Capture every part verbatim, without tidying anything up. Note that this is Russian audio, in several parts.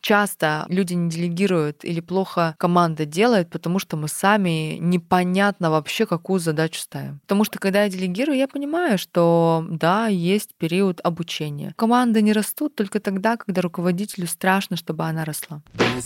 Часто люди не делегируют или плохо команда делает, потому что мы сами непонятно вообще, какую задачу ставим. Потому что когда я делегирую, я понимаю, что да, есть период обучения. Команды не растут только тогда, когда руководителю страшно, чтобы она росла.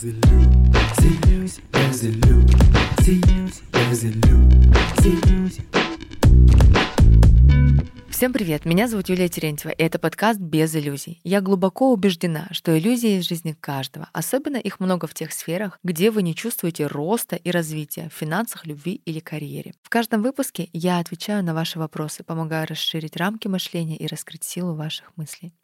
Всем привет, меня зовут Юлия Терентьева, и это подкаст «Без иллюзий». Я глубоко убеждена, что иллюзии есть в жизни каждого, особенно их много в тех сферах, где вы не чувствуете роста и развития в финансах, любви или карьере. В каждом выпуске я отвечаю на ваши вопросы, помогаю расширить рамки мышления и раскрыть силу ваших мыслей.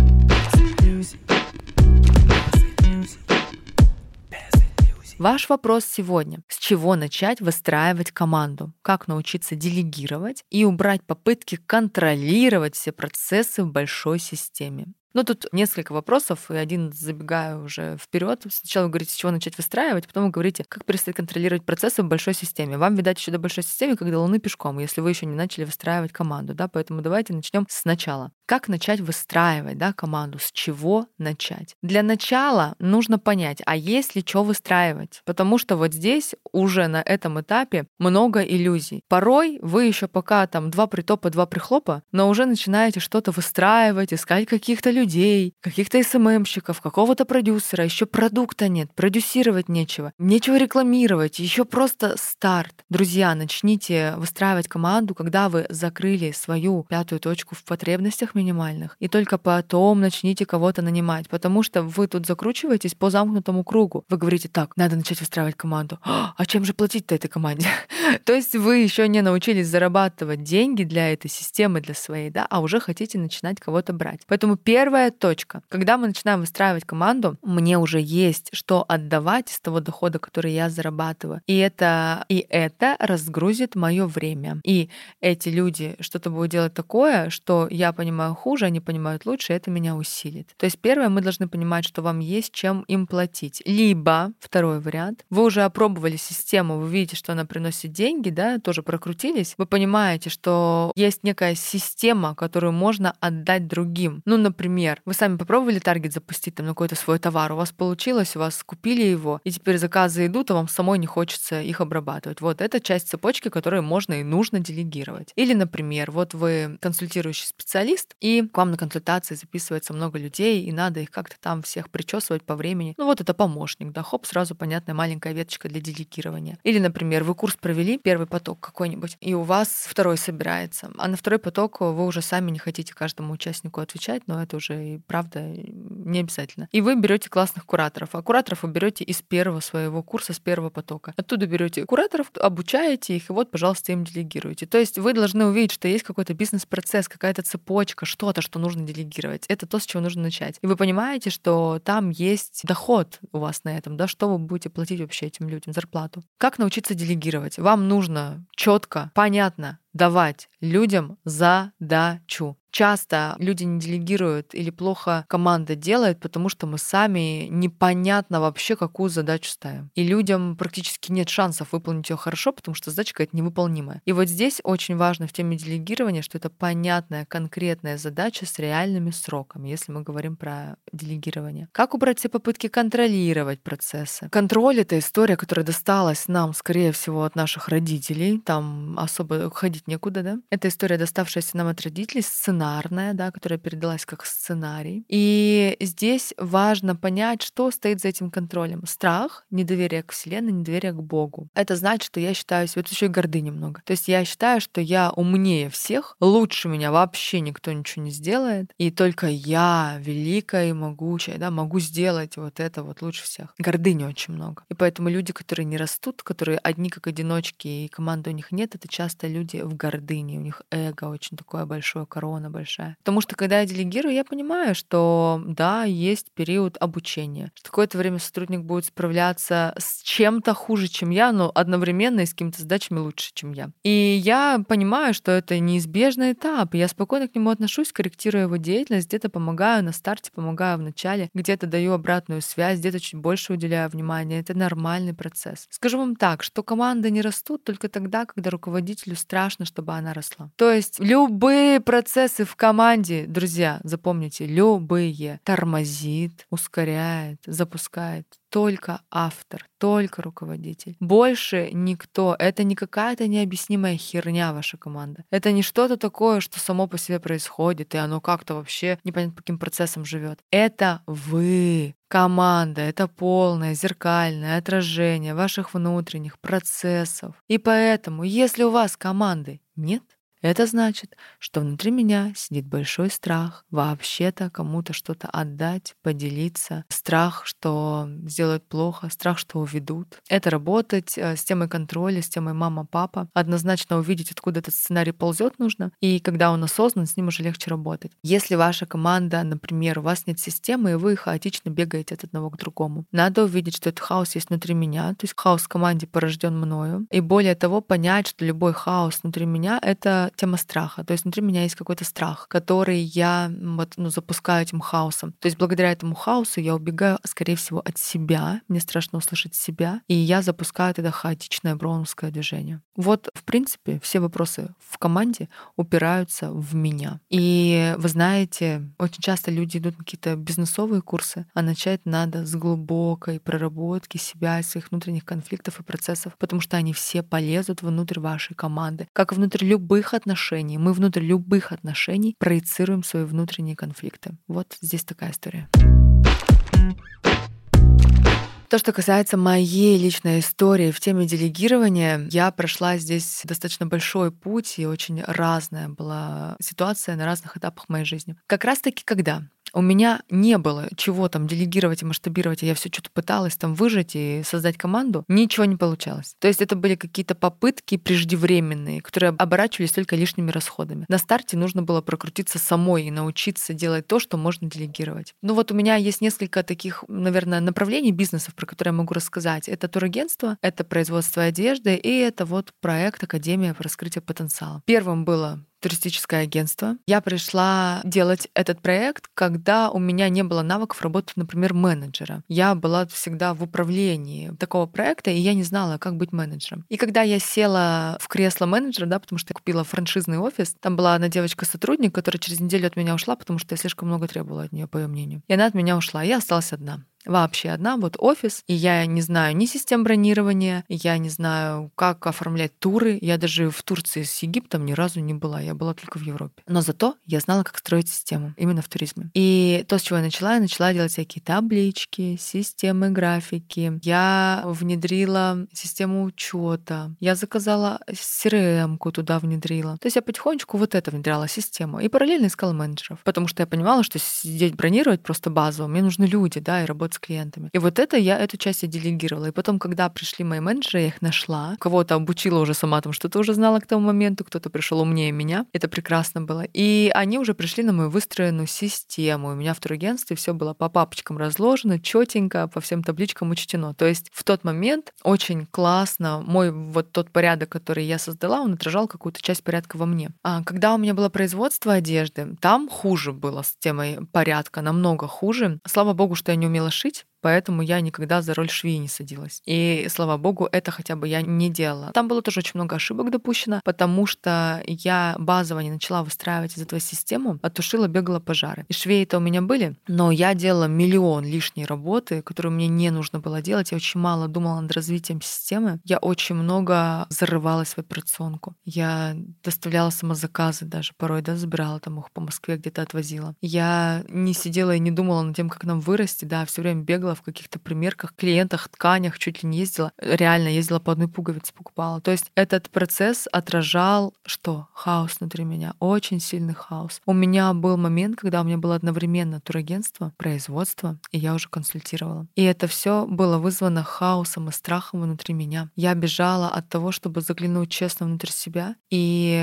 Ваш вопрос сегодня: с чего начать выстраивать команду? Как научиться делегировать и убрать попытки контролировать все процессы в большой системе? Ну, тут несколько вопросов, и один забегаю уже вперед. Сначала вы говорите, с чего начать выстраивать, потом вы говорите, как перестать контролировать процессы в большой системе. Вам, видать, еще до большой системы, как до Луны пешком, если вы еще не начали выстраивать команду, да, поэтому давайте начнем сначала. Как начать выстраивать, да, команду? С чего начать? Для начала нужно понять, а есть ли что выстраивать? Потому что вот здесь уже на этом этапе много иллюзий. Порой вы еще пока там два притопа, два прихлопа, но уже начинаете что-то выстраивать, искать каких-то людей, каких-то эс эм эм-щиков, какого-то продюсера, еще продукта нет, продюсировать нечего, нечего рекламировать, еще просто старт. Друзья, начните выстраивать команду, когда вы закрыли свою пятую точку в потребностях минимальных, и только потом начните кого-то нанимать, потому что вы тут закручиваетесь по замкнутому кругу. Вы говорите, так, надо начать выстраивать команду. А чем же платить-то этой команде? То есть вы еще не научились зарабатывать деньги для этой системы, для своей, да, а уже хотите начинать кого-то брать. Поэтому первая точка. Когда мы начинаем выстраивать команду, мне уже есть что отдавать из того дохода, который я зарабатываю. И это, и это разгрузит мое время. И эти люди что-то будут делать такое, что я понимаю хуже, они понимают лучше, и это меня усилит. То есть первое, мы должны понимать, что вам есть чем им платить. Либо, второй вариант, вы уже опробовали систему, вы видите, что она приносит деньги, да, тоже прокрутились, вы понимаете, что есть некая система, которую можно отдать другим. Ну, например, вы сами попробовали таргет запустить там на какой-то свой товар, у вас получилось, у вас купили его, и теперь заказы идут, а вам самой не хочется их обрабатывать. Вот это часть цепочки, которую можно и нужно делегировать. Или, например, вот вы консультирующий специалист, и к вам на консультации записывается много людей, и надо их как-то там всех причесывать по времени. Ну вот это помощник, да, хоп, сразу понятная маленькая веточка для делегирования. Или, например, вы курс провели, первый поток какой-нибудь, и у вас второй собирается, а на второй поток вы уже сами не хотите каждому участнику отвечать, но это уже и правда не обязательно. И вы берете классных кураторов, а кураторов вы берете из первого своего курса, с первого потока. Оттуда берете кураторов, обучаете их, и вот, пожалуйста, им делегируете. То есть вы должны увидеть, что есть какой-то бизнес-процесс, какая-то цепочка, что-то, что нужно делегировать. Это то, с чего нужно начать. И вы понимаете, что там есть доход у вас на этом, да, что вы будете платить вообще этим людям, зарплату. Как научиться делегировать? Вам нужно четко, понятно давать людям задачу. Часто люди не делегируют или плохо команда делает, потому что мы сами непонятно вообще, какую задачу ставим. И людям практически нет шансов выполнить ее хорошо, потому что задача какая-то невыполнимая. И вот здесь очень важно в теме делегирования, что это понятная, конкретная задача с реальными сроками, если мы говорим про делегирование. Как убрать все попытки контролировать процессы? Контроль — это история, которая досталась нам, скорее всего, от наших родителей. Там особо ходить некуда, да? Это история, доставшаяся нам от родителей, сценарная, да, которая передалась как сценарий. И здесь важно понять, что стоит за этим контролем. Страх, недоверие к Вселенной, недоверие к Богу. Это значит, что я считаю себя, вот еще и гордыни немного. То есть я считаю, что я умнее всех, лучше меня вообще никто ничего не сделает, и только я, великая и могучая, да, могу сделать вот это вот лучше всех. Гордыни очень много. И поэтому люди, которые не растут, которые одни как одиночки, и команды у них нет, это часто люди в гордыне, у них эго очень такое большое, корона большая. Потому что когда я делегирую, я понимаю, что да, есть период обучения, что какое-то время сотрудник будет справляться с чем-то хуже, чем я, но одновременно и с какими-то задачами лучше, чем я. И я понимаю, что это неизбежный этап, и я спокойно к нему отношусь, корректирую его деятельность, где-то помогаю на старте, помогаю в начале, где-то даю обратную связь, где-то чуть больше уделяю внимания. Это нормальный процесс. Скажу вам так, что команды не растут только тогда, когда руководителю страшно, важно, чтобы она росла. То есть любые процессы в команде, друзья, запомните, любые, тормозит, ускоряет, запускает только автор, только руководитель. Больше никто. Это не какая-то необъяснимая херня ваша команда. Это не что-то такое, что само по себе происходит, и оно как-то вообще непонятно по каким процессам живет. Это вы. Команда — это полное зеркальное отражение ваших внутренних процессов. И поэтому, если у вас команды нет, это значит, что внутри меня сидит большой страх вообще-то кому-то что-то отдать, поделиться. Страх, что сделают плохо, страх, что уведут. Это работать с темой контроля, с темой мама-папа. Однозначно увидеть, откуда этот сценарий ползет, нужно. И когда он осознан, с ним уже легче работать. Если ваша команда, например, у вас нет системы, и вы хаотично бегаете от одного к другому, надо увидеть, что этот хаос есть внутри меня, то есть хаос в команде порожден мною. И более того, понять, что любой хаос внутри меня — это тема страха. То есть внутри меня есть какой-то страх, который я вот, ну, запускаю этим хаосом. То есть благодаря этому хаосу я убегаю, скорее всего, от себя. Мне страшно услышать себя. И я запускаю тогда хаотичное броуновское движение. Вот, в принципе, все вопросы в команде упираются в меня. И вы знаете, очень часто люди идут на какие-то бизнесовые курсы, а начать надо с глубокой проработки себя, своих внутренних конфликтов и процессов, потому что они все полезут внутрь вашей команды. Как и внутрь любых отношений. Мы внутрь любых отношений проецируем свои внутренние конфликты. Вот здесь такая история. То, что касается моей личной истории в теме делегирования, я прошла здесь достаточно большой путь, и очень разная была ситуация на разных этапах моей жизни. Как раз-таки когда у меня не было чего там делегировать и масштабировать, и я все что-то пыталась там выжать и создать команду, ничего не получалось. То есть это были какие-то попытки преждевременные, которые оборачивались только лишними расходами. На старте нужно было прокрутиться самой и научиться делать то, что можно делегировать. Ну вот у меня есть несколько таких, наверное, направлений бизнесов, про которые я могу рассказать. Это турагентство, это производство одежды, и это вот проект Академия по раскрытию потенциала. Первым было туристическое агентство. Я пришла делать этот проект, когда у меня не было навыков работы, например, менеджера. Я была всегда в управлении такого проекта, и я не знала, как быть менеджером. И когда я села в кресло менеджера, да, потому что я купила франшизный офис, там была одна девочка-сотрудник, которая через неделю от меня ушла, потому что я слишком много требовала от нее, по ее мнению. И она от меня ушла, я осталась одна. Вообще одна, вот офис, и я не знаю ни систем бронирования, я не знаю, как оформлять туры. Я даже в Турции с Египтом ни разу не была, я была только в Европе. Но зато я знала, как строить систему, именно в туризме. И то, с чего я начала, я начала делать всякие таблички, системы графики. Я внедрила систему учета, я заказала си эр эм-ку туда внедрила. То есть я потихонечку вот это внедряла систему. И параллельно искала менеджеров, потому что я понимала, что сидеть бронировать просто базово, мне нужны люди, да, и работать с клиентами. И вот это я эту часть я делегировала. И потом, когда пришли мои менеджеры, я их нашла. Кого-то обучила уже сама, там что-то уже знала к тому моменту, кто-то пришел умнее меня. Это прекрасно было. И они уже пришли на мою выстроенную систему. У меня в турагентстве все было по папочкам разложено, четенько, по всем табличкам учтено. То есть в тот момент очень классно мой вот тот порядок, который я создала, он отражал какую-то часть порядка во мне. А когда у меня было производство одежды, там хуже было с темой порядка, намного хуже. Слава богу, что я не умела шить, поэтому я никогда за роль швеи не садилась. И, слава богу, это хотя бы я не делала. Там было тоже очень много ошибок допущено, потому что я базово не начала выстраивать из этого систему, а тушила, бегала пожары. И швеи-то у меня были, но я делала миллион лишней работы, которую мне не нужно было делать. Я очень мало думала над развитием системы. Я очень много зарывалась в операционку. Я доставляла самозаказы даже порой, да, забирала там их по Москве, где-то отвозила. Я не сидела и не думала над тем, как нам вырасти, да, все время бегала в каких-то примерках, клиентах, тканях, чуть ли не ездила. Реально ездила по одной пуговице, покупала. То есть этот процесс отражал что? Хаос внутри меня. Очень сильный хаос. У меня был момент, когда у меня было одновременно турагентство, производство, и я уже консультировала. И это все было вызвано хаосом и страхом внутри меня. Я бежала от того, чтобы заглянуть честно внутрь себя и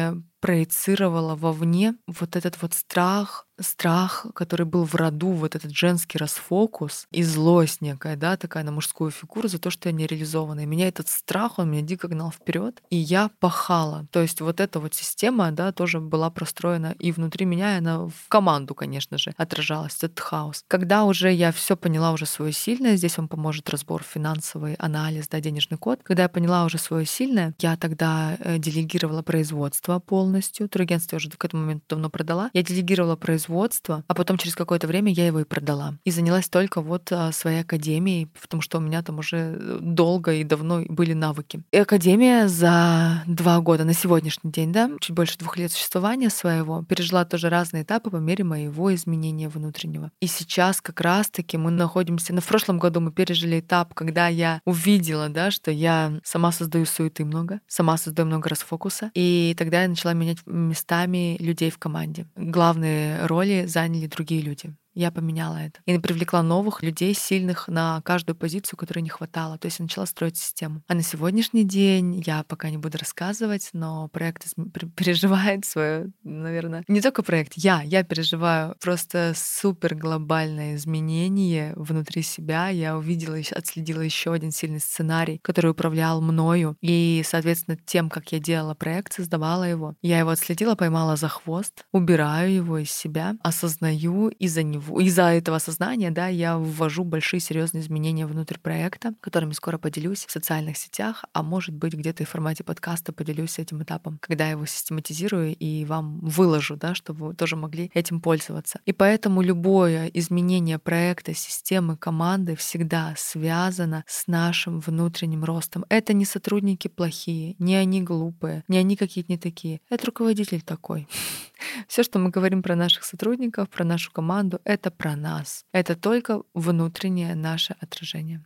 проецировала вовне вот этот вот страх, страх, который был в роду, вот этот женский расфокус и злость некая, да, такая на мужскую фигуру за то, что я не реализована. И меня этот страх, он меня дико гнал вперед, и я пахала. То есть вот эта вот система, да, тоже была простроена и внутри меня, и она в команду, конечно же, отражалась, этот хаос. Когда уже я все поняла, уже свое сильное, здесь вам поможет разбор финансовый, анализ, да, денежный код. Когда я поняла уже свое сильное, я тогда делегировала производство полностью. Турагентство я уже к этому моменту давно продала. Я делегировала производство, а потом через какое-то время я его и продала. И занялась только вот своей академией, потому что у меня там уже долго и давно были навыки. И академия за два года на сегодняшний день, да, чуть больше двух лет существования своего, пережила тоже разные этапы по мере моего изменения внутреннего. И сейчас как раз-таки мы находимся... Ну, в прошлом году мы пережили этап, когда я увидела, да, что я сама создаю суеты много, сама создаю много расфокуса, и тогда я начала менять местами людей в команде. Главные роли заняли другие люди. Я поменяла это. И привлекла новых людей, сильных на каждую позицию, которой не хватало. То есть я начала строить систему. А на сегодняшний день я пока не буду рассказывать, но проект переживает свое, наверное, не только проект, я, я переживаю просто супер глобальное изменение внутри себя. Я увидела, отследила еще один сильный сценарий, который управлял мною. И, соответственно, тем, как я делала проект, создавала его. Я его отследила, поймала за хвост, убираю его из себя, осознаю и за него из-за этого осознания, да, я ввожу большие серьезные изменения внутрь проекта, которыми скоро поделюсь в социальных сетях, а может быть где-то и в формате подкаста поделюсь этим этапом, когда я его систематизирую и вам выложу, да, чтобы вы тоже могли этим пользоваться. И поэтому любое изменение проекта, системы, команды всегда связано с нашим внутренним ростом. Это не сотрудники плохие, не они глупые, не они какие-то не такие. Это руководитель такой. Все, что мы говорим про наших сотрудников, про нашу команду, это про нас. Это только внутреннее наше отражение.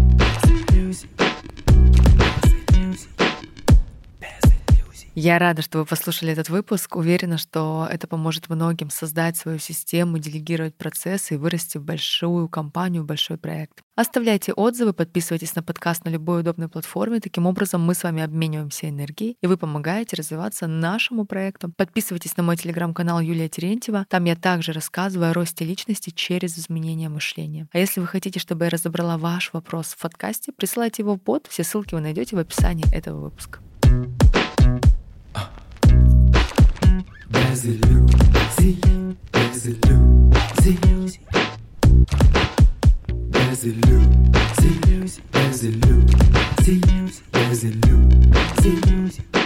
Я рада, что вы послушали этот выпуск. Уверена, что это поможет многим создать свою систему, делегировать процессы и вырасти в большую компанию, большой проект. Оставляйте отзывы, подписывайтесь на подкаст на любой удобной платформе. Таким образом, мы с вами обмениваемся энергией, и вы помогаете развиваться нашему проекту. Подписывайтесь на мой телеграм-канал Юлия Терентьева. Там я также рассказываю о росте личности через изменение мышления. А если вы хотите, чтобы я разобрала ваш вопрос в подкасте, присылайте его в бот. Все ссылки вы найдете в описании этого выпуска. Без иллюзий, без иллюзий, без иллюзий, без иллюзий, без иллюзий.